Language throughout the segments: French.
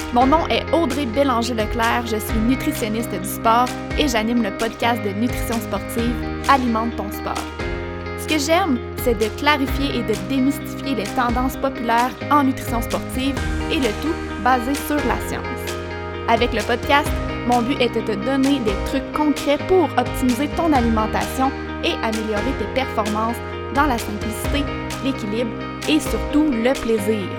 Mon nom est Audrey Bélanger-Leclerc, je suis nutritionniste du sport et j'anime le podcast de nutrition sportive Alimente ton sport. Ce que j'aime, c'est de clarifier et de démystifier les tendances populaires en nutrition sportive et le tout basé sur la science. Avec le podcast, mon but est de te donner des trucs concrets pour optimiser ton alimentation et améliorer tes performances dans la simplicité, l'équilibre et surtout le plaisir.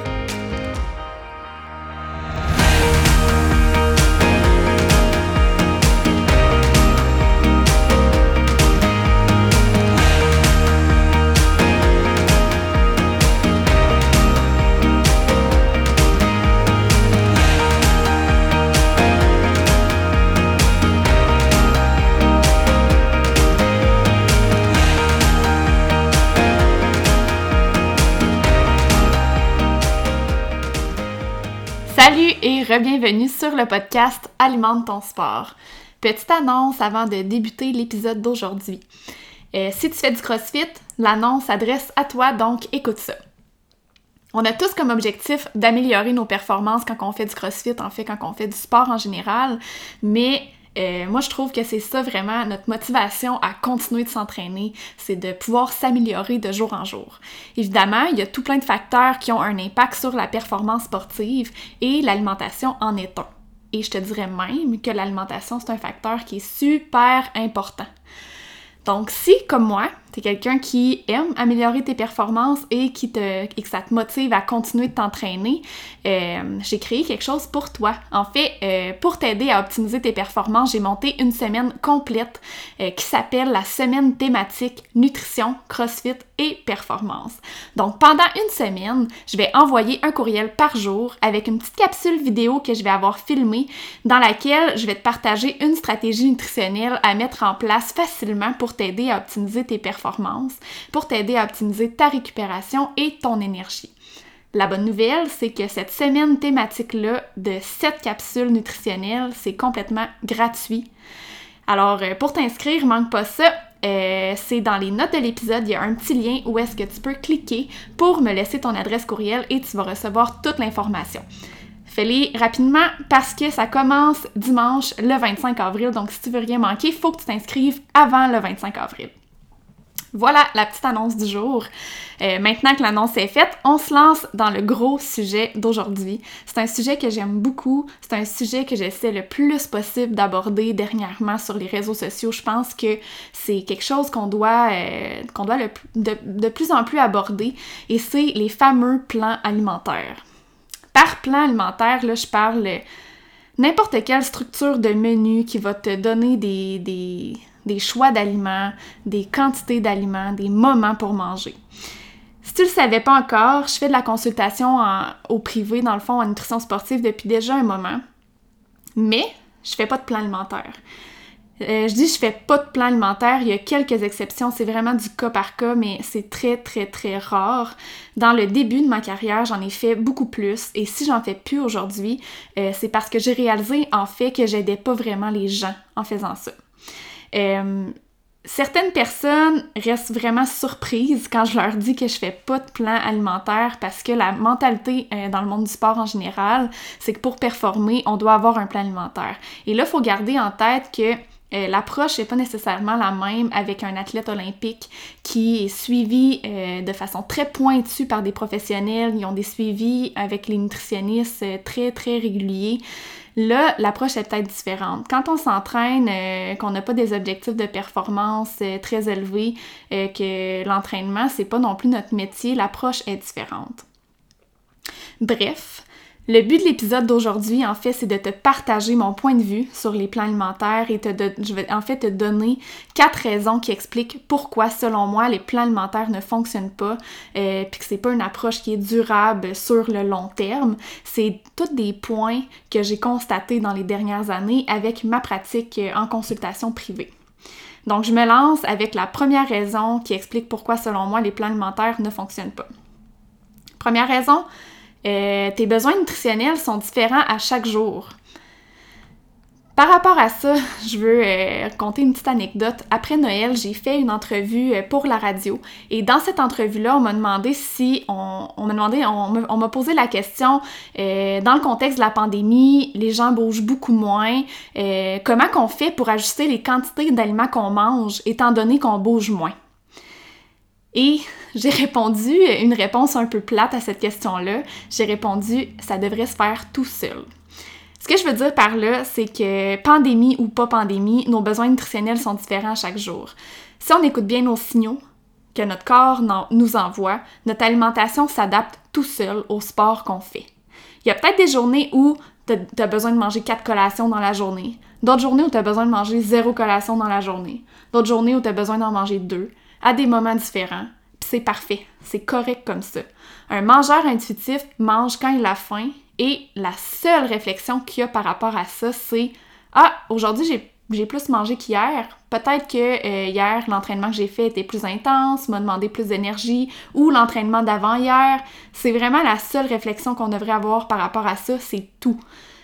Salut et re-bienvenue sur le podcast Alimente ton sport. Petite annonce avant de débuter l'épisode d'aujourd'hui. Si tu fais du CrossFit, l'annonce s'adresse à toi, donc écoute ça. On a tous comme objectif d'améliorer nos performances quand on fait du CrossFit, quand on fait du sport en général, mais moi, je trouve que c'est ça vraiment notre motivation à continuer de s'entraîner, c'est de pouvoir s'améliorer de jour en jour. Évidemment, il y a tout plein de facteurs qui ont un impact sur la performance sportive et l'alimentation en est un. Et je te dirais même que l'alimentation, c'est un facteur qui est super important. Donc, si, comme moi, t'es quelqu'un qui aime améliorer tes performances et que ça te motive à continuer de t'entraîner, j'ai créé quelque chose pour toi. En fait, pour t'aider à optimiser tes performances, j'ai monté une semaine complète qui s'appelle la semaine thématique nutrition, CrossFit et performance. Donc, pendant une semaine, je vais envoyer un courriel par jour avec une petite capsule vidéo que je vais avoir filmée dans laquelle je vais te partager une stratégie nutritionnelle à mettre en place facilement pour t'aider à optimiser tes performances, pour t'aider à optimiser ta récupération et ton énergie. La bonne nouvelle, c'est que cette semaine thématique-là de 7 capsules nutritionnelles, c'est complètement gratuit. Alors, pour t'inscrire, manque pas ça, c'est dans les notes de l'épisode, il y a un petit lien où est-ce que tu peux cliquer pour me laisser ton adresse courriel et tu vas recevoir toute l'information. Fais-les rapidement parce que ça commence dimanche le 25 avril, donc si tu veux rien manquer, il faut que tu t'inscrives avant le 25 avril. Voilà la petite annonce du jour. Maintenant que l'annonce est faite, on se lance dans le gros sujet d'aujourd'hui. C'est un sujet que j'aime beaucoup, c'est un sujet que j'essaie le plus possible d'aborder dernièrement sur les réseaux sociaux. Je pense que c'est quelque chose qu'on doit de plus en plus aborder et c'est les fameux plans alimentaires. Par plan alimentaire, là, je parle n'importe quelle structure de menu qui va te donner des choix d'aliments, des quantités d'aliments, des moments pour manger. Si tu le savais pas encore, je fais de la consultation au privé, dans le fond, en nutrition sportive depuis déjà un moment, mais je fais pas de plan alimentaire. Je dis je fais pas de plan alimentaire, il y a quelques exceptions, c'est vraiment du cas par cas, mais c'est très très très rare. Dans le début de ma carrière, j'en ai fait beaucoup plus, et si j'en fais plus aujourd'hui, c'est parce que j'ai réalisé en fait que j'aidais pas vraiment les gens en faisant ça. Certaines personnes restent vraiment surprises quand je leur dis que je fais pas de plan alimentaire parce que la mentalité dans le monde du sport en général, c'est que pour performer, on doit avoir un plan alimentaire. Et là, il faut garder en tête que l'approche n'est pas nécessairement la même avec un athlète olympique qui est suivi de façon très pointue par des professionnels. Ils ont des suivis avec les nutritionnistes très, très réguliers. Là, l'approche est peut-être différente. Quand on s'entraîne, qu'on n'a pas des objectifs de performance très élevés, que l'entraînement, c'est pas non plus notre métier, l'approche est différente. Bref, le but de l'épisode d'aujourd'hui, en fait, c'est de te partager mon point de vue sur les plans alimentaires et je vais en fait te donner 4 raisons qui expliquent pourquoi, selon moi, les plans alimentaires ne fonctionnent pas puis que c'est pas une approche qui est durable sur le long terme. C'est tous des points que j'ai constatés dans les dernières années avec ma pratique en consultation privée. Donc, je me lance avec la première raison qui explique pourquoi, selon moi, les plans alimentaires ne fonctionnent pas. Première raison, tes besoins nutritionnels sont différents à chaque jour. Par rapport à ça, je veux raconter une petite anecdote. Après Noël, j'ai fait une entrevue pour la radio. Et dans cette entrevue-là, on m'a demandé on m'a posé la question, dans le contexte de la pandémie, les gens bougent beaucoup moins. Comment qu'on fait pour ajuster les quantités d'aliments qu'on mange, étant donné qu'on bouge moins? Et j'ai répondu une réponse un peu plate à cette question-là. J'ai répondu, ça devrait se faire tout seul. Ce que je veux dire par là, c'est que pandémie ou pas pandémie, nos besoins nutritionnels sont différents chaque jour. Si on écoute bien nos signaux que notre corps nous envoie, notre alimentation s'adapte tout seul au sport qu'on fait. Il y a peut-être des journées où tu as besoin de manger 4 collations dans la journée, d'autres journées où tu as besoin de manger 0 collation dans la journée, d'autres journées où tu as besoin d'en manger 2, à des moments différents. Puis c'est parfait, c'est correct comme ça. Un mangeur intuitif mange quand il a faim. Et la seule réflexion qu'il y a par rapport à ça, c'est « Ah, aujourd'hui, j'ai plus mangé qu'hier. Peut-être que hier, l'entraînement que j'ai fait était plus intense, m'a demandé plus d'énergie, ou l'entraînement d'avant-hier. » C'est vraiment la seule réflexion qu'on devrait avoir par rapport à ça, c'est tout.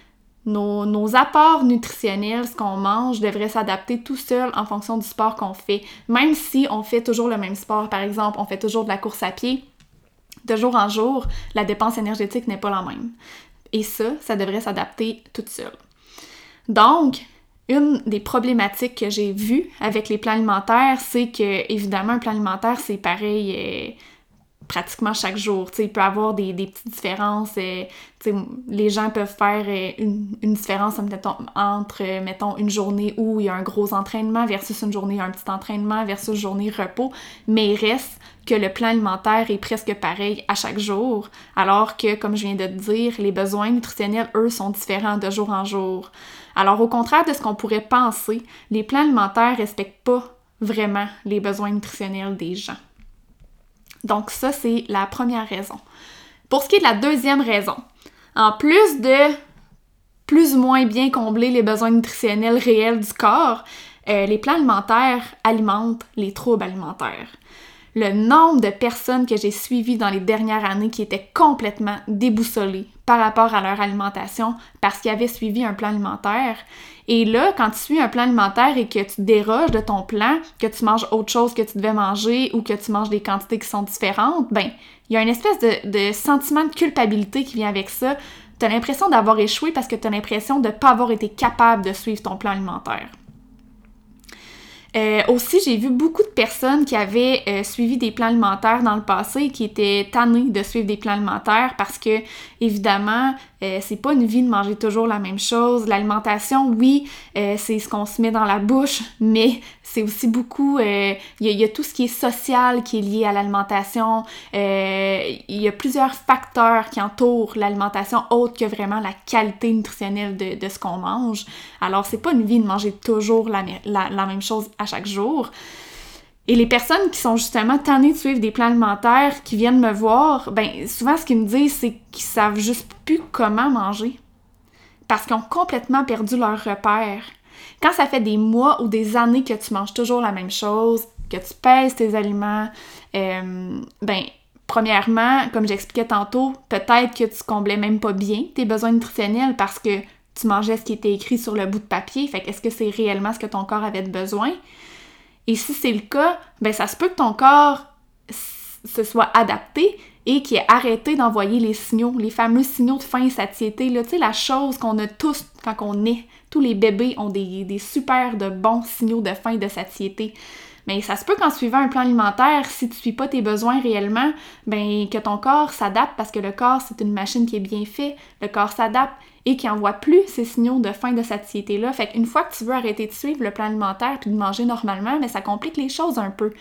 Nos apports nutritionnels, ce qu'on mange, devrait s'adapter tout seul en fonction du sport qu'on fait. Même si on fait toujours le même sport, par exemple, on fait toujours de la course à pied, de jour en jour, la dépense énergétique n'est pas la même. Et ça devrait s'adapter toute seule. Donc, une des problématiques que j'ai vues avec les plans alimentaires, c'est que, évidemment, un plan alimentaire, c'est pareil pratiquement chaque jour. T'sais, il peut y avoir des petites différences. Les gens peuvent faire une différence entre, mettons, une journée où il y a un gros entraînement versus une journée un petit entraînement versus une journée repos, mais il reste que le plan alimentaire est presque pareil à chaque jour, alors que, comme je viens de te dire, les besoins nutritionnels, eux, sont différents de jour en jour. Alors, au contraire de ce qu'on pourrait penser, les plans alimentaires respectent pas vraiment les besoins nutritionnels des gens. Donc ça, c'est la première raison. Pour ce qui est de la deuxième raison, en plus de plus ou moins bien combler les besoins nutritionnels réels du corps, les plans alimentaires alimentent les troubles alimentaires. Le nombre de personnes que j'ai suivies dans les dernières années qui étaient complètement déboussolées par rapport à leur alimentation parce qu'ils avaient suivi un plan alimentaire. Et là, quand tu suis un plan alimentaire et que tu déroges de ton plan, que tu manges autre chose que tu devais manger ou que tu manges des quantités qui sont différentes, ben, il y a une espèce de sentiment de culpabilité qui vient avec ça. Tu as l'impression d'avoir échoué parce que tu as l'impression de ne pas avoir été capable de suivre ton plan alimentaire. Aussi, j'ai vu beaucoup de personnes qui avaient suivi des plans alimentaires dans le passé et qui étaient tannées de suivre des plans alimentaires parce que, évidemment, c'est pas une vie de manger toujours la même chose. L'alimentation, oui, c'est ce qu'on se met dans la bouche, mais c'est aussi beaucoup... Il y a tout ce qui est social qui est lié à l'alimentation. Il y a plusieurs facteurs qui entourent l'alimentation autre que vraiment la qualité nutritionnelle de ce qu'on mange. Alors, c'est pas une vie de manger toujours la même chose à chaque jour. Et les personnes qui sont justement tannées de suivre des plans alimentaires, qui viennent me voir, ben souvent ce qu'ils me disent, c'est qu'ils savent juste plus comment manger. Parce qu'ils ont complètement perdu leur repère. Quand ça fait des mois ou des années que tu manges toujours la même chose, que tu pèses tes aliments, premièrement, comme j'expliquais tantôt, peut-être que tu comblais même pas bien tes besoins nutritionnels parce que tu mangeais ce qui était écrit sur le bout de papier. Fait qu'est-ce que c'est réellement ce que ton corps avait de besoin? Et si c'est le cas, ben ça se peut que ton corps se soit adapté et qu'il ait arrêté d'envoyer les signaux, les fameux signaux de faim et satiété. Tu sais, la chose qu'on a tous quand on naît. Tous les bébés ont des super de bons signaux de faim et de satiété. Mais ça se peut qu'en suivant un plan alimentaire, si tu ne suis pas tes besoins réellement, ben que ton corps s'adapte parce que le corps, c'est une machine qui est bien faite. Le corps s'adapte et qui n'envoie plus ces signaux de faim et de satiété-là. Fait qu'une fois que tu veux arrêter de suivre le plan alimentaire puis de manger normalement, mais ça complique les choses un peu.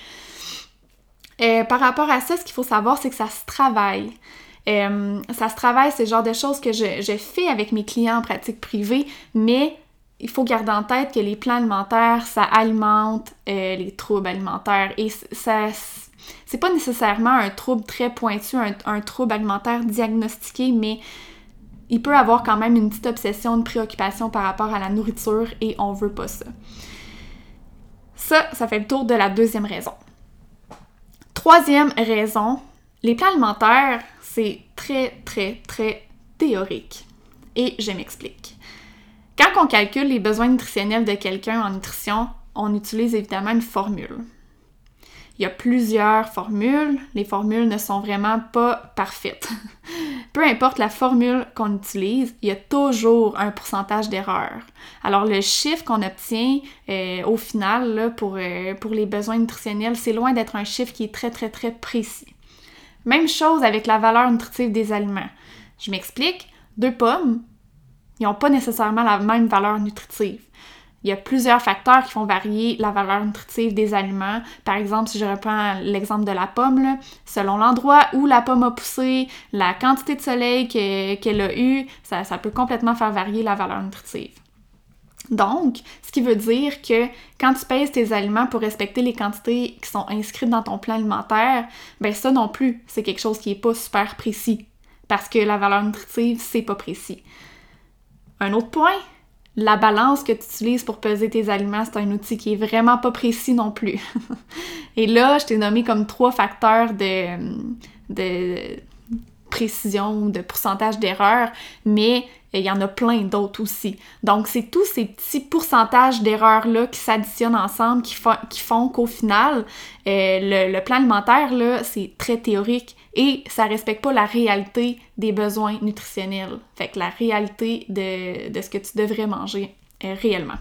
Par rapport à ça, ce qu'il faut savoir, c'est que ça se travaille. Ça se travaille, c'est le genre de choses que je fais avec mes clients en pratique privée, mais il faut garder en tête que les plans alimentaires, ça alimente les troubles alimentaires. Et ça, c'est pas nécessairement un trouble très pointu, un trouble alimentaire diagnostiqué, mais il peut avoir quand même une petite obsession, une préoccupation par rapport à la nourriture et on veut pas ça. Ça fait le tour de la deuxième raison. Troisième raison, les plans alimentaires, c'est très, très, très théorique. Et je m'explique. Quand on calcule les besoins nutritionnels de quelqu'un en nutrition, on utilise évidemment une formule. Il y a plusieurs formules. Les formules ne sont vraiment pas parfaites. Peu importe la formule qu'on utilise, il y a toujours un pourcentage d'erreur. Alors, le chiffre qu'on obtient au final là, pour les besoins nutritionnels, c'est loin d'être un chiffre qui est très, très, très précis. Même chose avec la valeur nutritive des aliments. Je m'explique. 2 pommes, ils n'ont pas nécessairement la même valeur nutritive. Il y a plusieurs facteurs qui font varier la valeur nutritive des aliments. Par exemple, si je reprends l'exemple de la pomme, là, selon l'endroit où la pomme a poussé, la quantité de soleil qu'elle a eu, ça peut complètement faire varier la valeur nutritive. Donc, ce qui veut dire que quand tu pèses tes aliments pour respecter les quantités qui sont inscrites dans ton plan alimentaire, ben ça non plus, c'est quelque chose qui n'est pas super précis, parce que la valeur nutritive, c'est pas précis. Un autre point, la balance que tu utilises pour peser tes aliments, c'est un outil qui est vraiment pas précis non plus. Et là, je t'ai nommé comme 3 facteurs de précision ou de pourcentage d'erreur, mais il y en a plein d'autres aussi. Donc, c'est tous ces petits pourcentages d'erreurs-là qui s'additionnent ensemble, qui font qu'au final, le plan alimentaire, là, c'est très théorique et ça respecte pas la réalité des besoins nutritionnels. Fait que la réalité de ce que tu devrais manger réellement.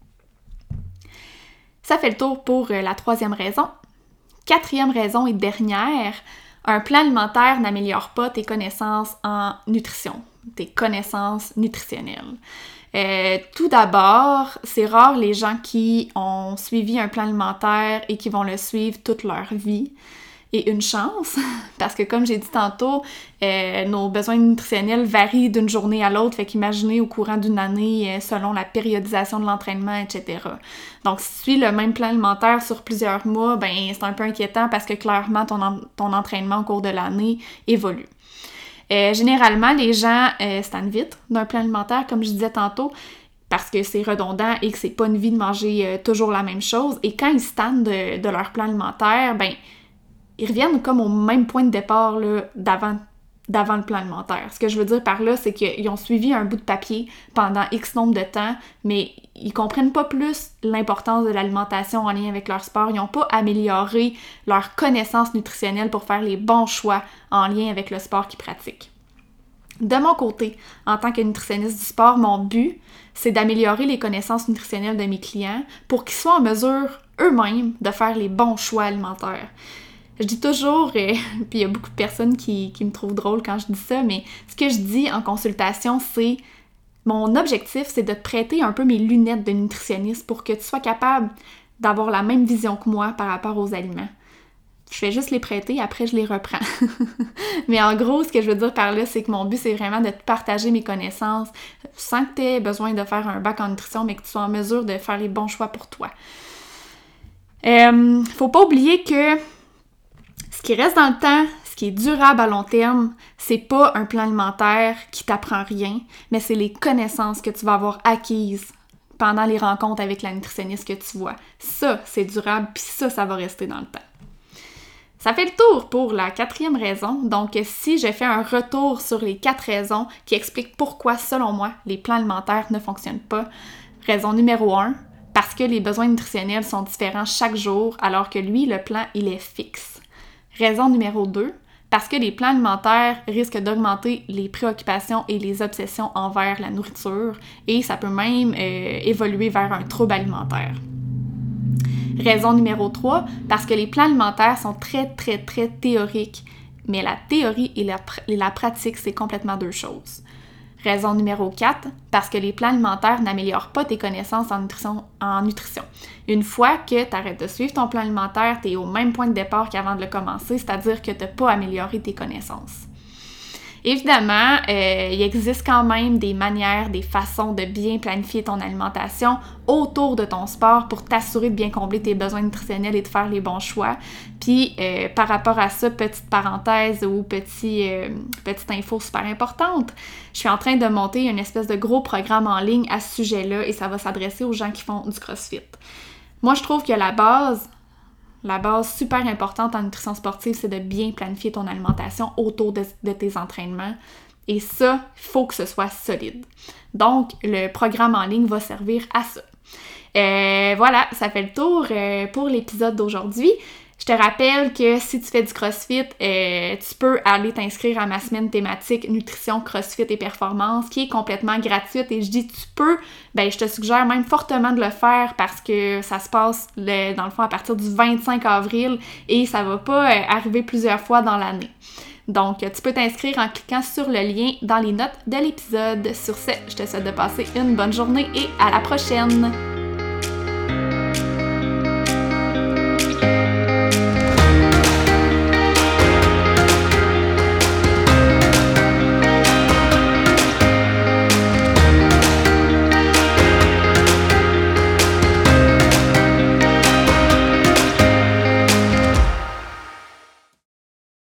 Ça fait le tour pour la 3e raison. 4e raison et dernière, un plan alimentaire n'améliore pas tes connaissances en nutrition, tes connaissances nutritionnelles. Tout d'abord, c'est rare les gens qui ont suivi un plan alimentaire et qui vont le suivre toute leur vie. Et une chance, parce que comme j'ai dit tantôt, nos besoins nutritionnels varient d'une journée à l'autre, fait qu'imaginez au courant d'une année, selon la périodisation de l'entraînement, etc. Donc, si tu suis le même plan alimentaire sur plusieurs mois, ben c'est un peu inquiétant parce que clairement, ton entraînement au cours de l'année évolue. Généralement, les gens se tannent vite d'un plan alimentaire, comme je disais tantôt, parce que c'est redondant et que c'est pas une vie de manger toujours la même chose. Et quand ils se tannent de leur plan alimentaire, ben ils reviennent comme au même point de départ là, d'avant le plan alimentaire. Ce que je veux dire par là, c'est qu'ils ont suivi un bout de papier pendant X nombre de temps, mais ils comprennent pas plus l'importance de l'alimentation en lien avec leur sport. Ils n'ont pas amélioré leur connaissance nutritionnelle pour faire les bons choix en lien avec le sport qu'ils pratiquent. De mon côté, en tant que nutritionniste du sport, mon but, c'est d'améliorer les connaissances nutritionnelles de mes clients pour qu'ils soient en mesure eux-mêmes de faire les bons choix alimentaires. Je dis toujours, puis il y a beaucoup de personnes qui me trouvent drôle quand je dis ça, mais ce que je dis en consultation, c'est mon objectif, c'est de te prêter un peu mes lunettes de nutritionniste pour que tu sois capable d'avoir la même vision que moi par rapport aux aliments. Je fais juste les prêter, après je les reprends. Mais en gros, ce que je veux dire par là, c'est que mon but, c'est vraiment de te partager mes connaissances sans que tu aies besoin de faire un bac en nutrition, mais que tu sois en mesure de faire les bons choix pour toi. Faut pas oublier que ce qui reste dans le temps, ce qui est durable à long terme, c'est pas un plan alimentaire qui t'apprend rien, mais c'est les connaissances que tu vas avoir acquises pendant les rencontres avec la nutritionniste que tu vois. Ça, c'est durable, puis ça va rester dans le temps. Ça fait le tour pour la 4e raison. Donc, si je fais un retour sur les 4 raisons qui expliquent pourquoi, selon moi, les plans alimentaires ne fonctionnent pas. Raison numéro 1, parce que les besoins nutritionnels sont différents chaque jour, alors que lui, le plan, il est fixe. Raison numéro 2, parce que les plans alimentaires risquent d'augmenter les préoccupations et les obsessions envers la nourriture et ça peut même évoluer vers un trouble alimentaire. Raison numéro 3, parce que les plans alimentaires sont très, très, très théoriques, mais la théorie et la pratique, c'est complètement 2 choses. Raison numéro 4, parce que les plans alimentaires n'améliorent pas tes connaissances en nutrition. Une fois que tu arrêtes de suivre ton plan alimentaire, tu es au même point de départ qu'avant de le commencer, c'est-à-dire que tu n'as pas amélioré tes connaissances. Évidemment, il existe quand même des manières, des façons de bien planifier ton alimentation autour de ton sport pour t'assurer de bien combler tes besoins nutritionnels et de faire les bons choix. Puis, par rapport à ça, petite parenthèse ou petite info super importante, je suis en train de monter une espèce de gros programme en ligne à ce sujet-là et ça va s'adresser aux gens qui font du CrossFit. Moi, je trouve que la base super importante en nutrition sportive, c'est de bien planifier ton alimentation autour de tes entraînements. Et ça, il faut que ce soit solide. Donc, le programme en ligne va servir à ça. Voilà, ça fait le tour pour l'épisode d'aujourd'hui. Je te rappelle que si tu fais du CrossFit, tu peux aller t'inscrire à ma semaine thématique nutrition, CrossFit et performance qui est complètement gratuite. Et je dis tu peux, je te suggère même fortement de le faire parce que ça se passe dans le fond à partir du 25 avril et ça va pas arriver plusieurs fois dans l'année. Donc, tu peux t'inscrire en cliquant sur le lien dans les notes de l'épisode. Sur ce, je te souhaite de passer une bonne journée et à la prochaine!